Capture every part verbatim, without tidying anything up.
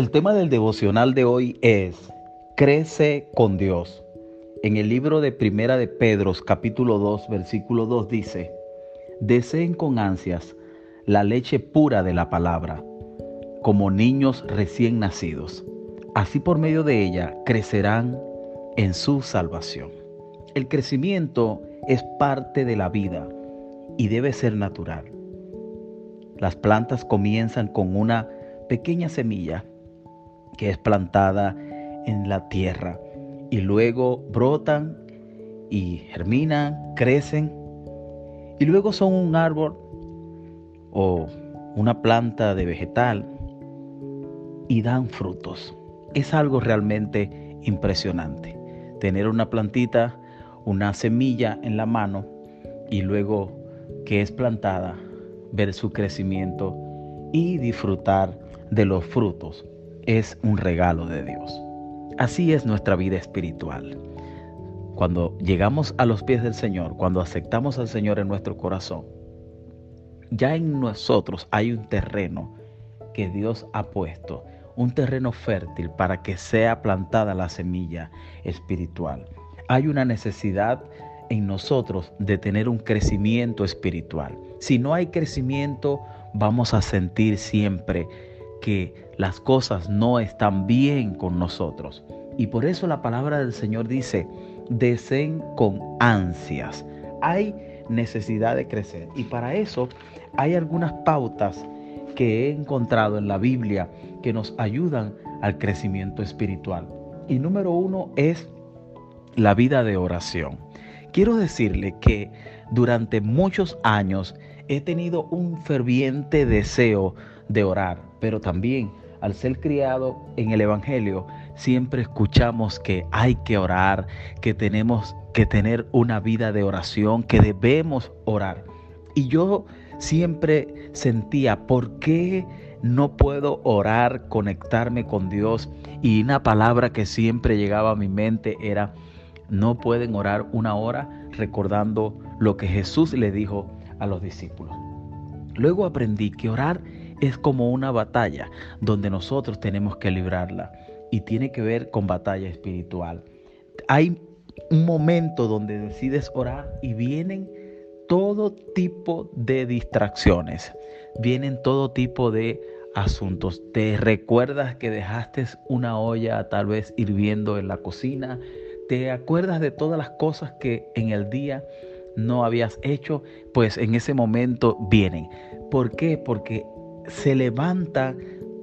El tema del devocional de hoy es Crece con Dios. En el libro de Primera de Pedro, capítulo dos, versículo dos dice: Deseen con ansias la leche pura de la palabra, como niños recién nacidos. Así por medio de ella crecerán en su salvación. El crecimiento es parte de la vida y debe ser natural. Las plantas comienzan con una pequeña semilla que es plantada en la tierra y luego brotan y germinan, crecen y luego son un árbol o una planta de vegetal y dan frutos. Es algo realmente impresionante tener una plantita, una semilla en la mano y luego que es plantada, ver su crecimiento y disfrutar de los frutos. Es un regalo de Dios. Así es nuestra vida espiritual. Cuando llegamos a los pies del Señor, cuando aceptamos al Señor en nuestro corazón, ya en nosotros hay un terreno que Dios ha puesto, un terreno fértil para que sea plantada la semilla espiritual. Hay una necesidad en nosotros de tener un crecimiento espiritual. Si no hay crecimiento, vamos a sentir siempre que las cosas no están bien con nosotros. Y por eso la palabra del Señor dice: deseen con ansias. Hay necesidad de crecer. Y para eso hay algunas pautas que he encontrado en la Biblia que nos ayudan al crecimiento espiritual. Y número uno es la vida de oración. Quiero decirle que durante muchos años he tenido un ferviente deseo de orar, pero también al ser criado en el Evangelio, siempre escuchamos que hay que orar, que tenemos que tener una vida de oración, que debemos orar. Y yo siempre sentía, ¿por qué no puedo orar, conectarme con Dios? Y una palabra que siempre llegaba a mi mente era: no pueden orar una hora, recordando lo que Jesús le dijo a los discípulos. Luego aprendí que orar es como una batalla donde nosotros tenemos que librarla y tiene que ver con batalla espiritual. Hay un momento donde decides orar y vienen todo tipo de distracciones, vienen todo tipo de asuntos. Te recuerdas que dejaste una olla tal vez hirviendo en la cocina, te acuerdas de todas las cosas que en el día no habías hecho, pues en ese momento vienen. ¿Por qué? Porque se levanta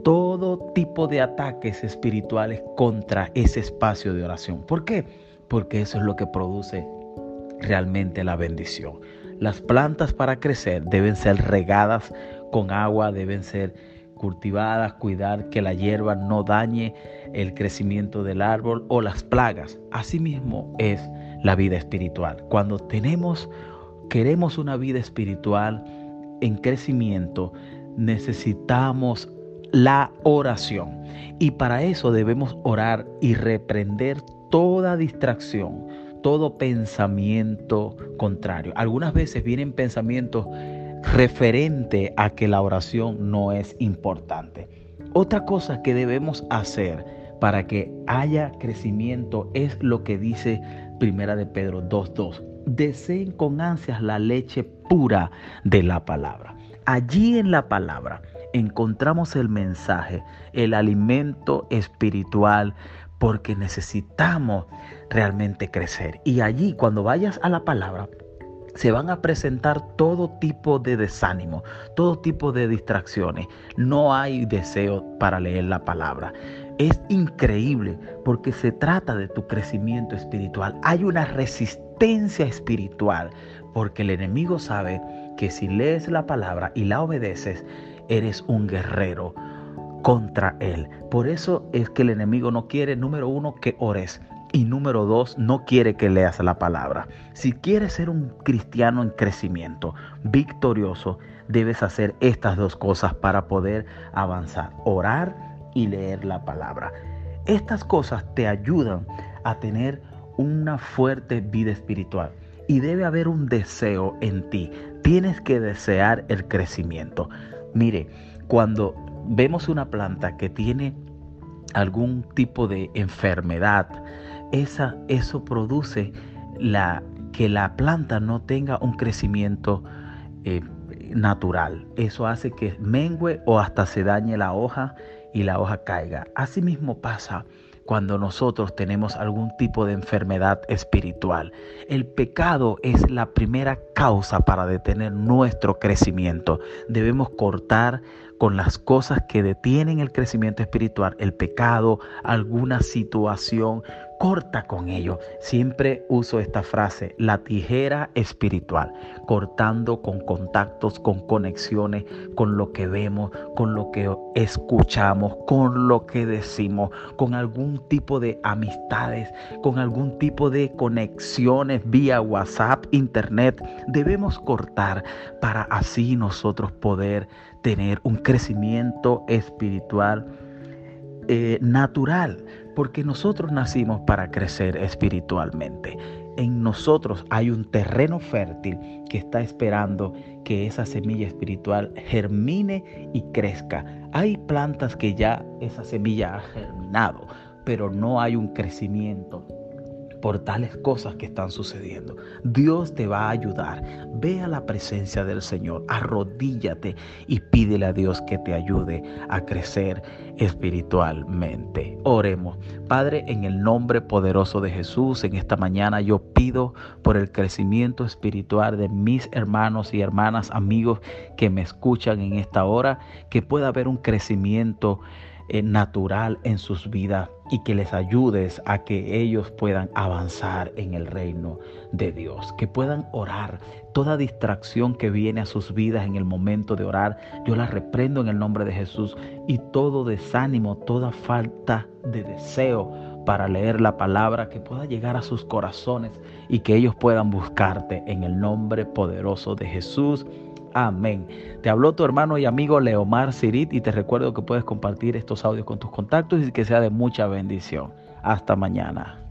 todo tipo de ataques espirituales contra ese espacio de oración. ¿Por qué? Porque eso es lo que produce realmente la bendición. Las plantas para crecer deben ser regadas con agua, deben ser cultivadas, cuidar que la hierba no dañe el crecimiento del árbol o las plagas. Asimismo es la vida espiritual. Cuando tenemos, queremos una vida espiritual en crecimiento, necesitamos la oración. Y para eso debemos orar y reprender toda distracción, todo pensamiento contrario. Algunas veces vienen pensamientos referente a que la oración no es importante. Otra cosa que debemos hacer para que haya crecimiento es lo que dice Primera de Pedro dos dos. Deseen con ansias la leche pura de la palabra. Allí en la palabra encontramos el mensaje, el alimento espiritual, porque necesitamos realmente crecer. Y allí, cuando vayas a la palabra, se van a presentar todo tipo de desánimo, todo tipo de distracciones. No hay deseo para leer la palabra. Es increíble porque se trata de tu crecimiento espiritual. Hay una resistencia espiritual porque el enemigo sabe que si lees la palabra y la obedeces, eres un guerrero contra él. Por eso es que el enemigo no quiere, número uno, que ores. Y número dos, no quiere que leas la palabra. Si quieres ser un cristiano en crecimiento, victorioso, debes hacer estas dos cosas para poder avanzar: orar y leer la palabra. Estas cosas te ayudan a tener una fuerte vida espiritual. Y debe haber un deseo en ti. Tienes que desear el crecimiento. Mire, cuando vemos una planta que tiene algún tipo de enfermedad, esa, eso produce la, que la planta no tenga un crecimiento eh, natural. Eso hace que mengue o hasta se dañe la hoja y la hoja caiga. Asimismo pasa cuando nosotros tenemos algún tipo de enfermedad espiritual. El pecado es la primera causa para detener nuestro crecimiento. Debemos cortar con las cosas que detienen el crecimiento espiritual, el pecado, alguna situación, corta con ello. Siempre uso esta frase, la tijera espiritual, cortando con contactos, con conexiones, con lo que vemos, con lo que escuchamos, con lo que decimos, con algún tipo de amistades, con algún tipo de conexiones vía WhatsApp, internet. Debemos cortar para así nosotros poder tener un crecimiento espiritual eh, natural, porque nosotros nacimos para crecer espiritualmente. En nosotros hay un terreno fértil que está esperando que esa semilla espiritual germine y crezca. Hay plantas que ya esa semilla ha germinado, pero no hay un crecimiento por tales cosas que están sucediendo. Dios te va a ayudar. Ve a la presencia del Señor, arrodíllate y pídele a Dios que te ayude a crecer espiritualmente. Oremos. Padre, en el nombre poderoso de Jesús, en esta mañana yo pido por el crecimiento espiritual de mis hermanos y hermanas, amigos que me escuchan en esta hora, que pueda haber un crecimiento Eh, natural en sus vidas y que les ayudes a que ellos puedan avanzar en el reino de Dios, que puedan orar. Toda distracción que viene a sus vidas en el momento de orar, yo la reprendo en el nombre de Jesús, y todo desánimo, toda falta de deseo para leer la palabra, que pueda llegar a sus corazones y que ellos puedan buscarte en el nombre poderoso de Jesús. Amén. Te habló tu hermano y amigo Leomar Sirit, y te recuerdo que puedes compartir estos audios con tus contactos y que sea de mucha bendición. Hasta mañana.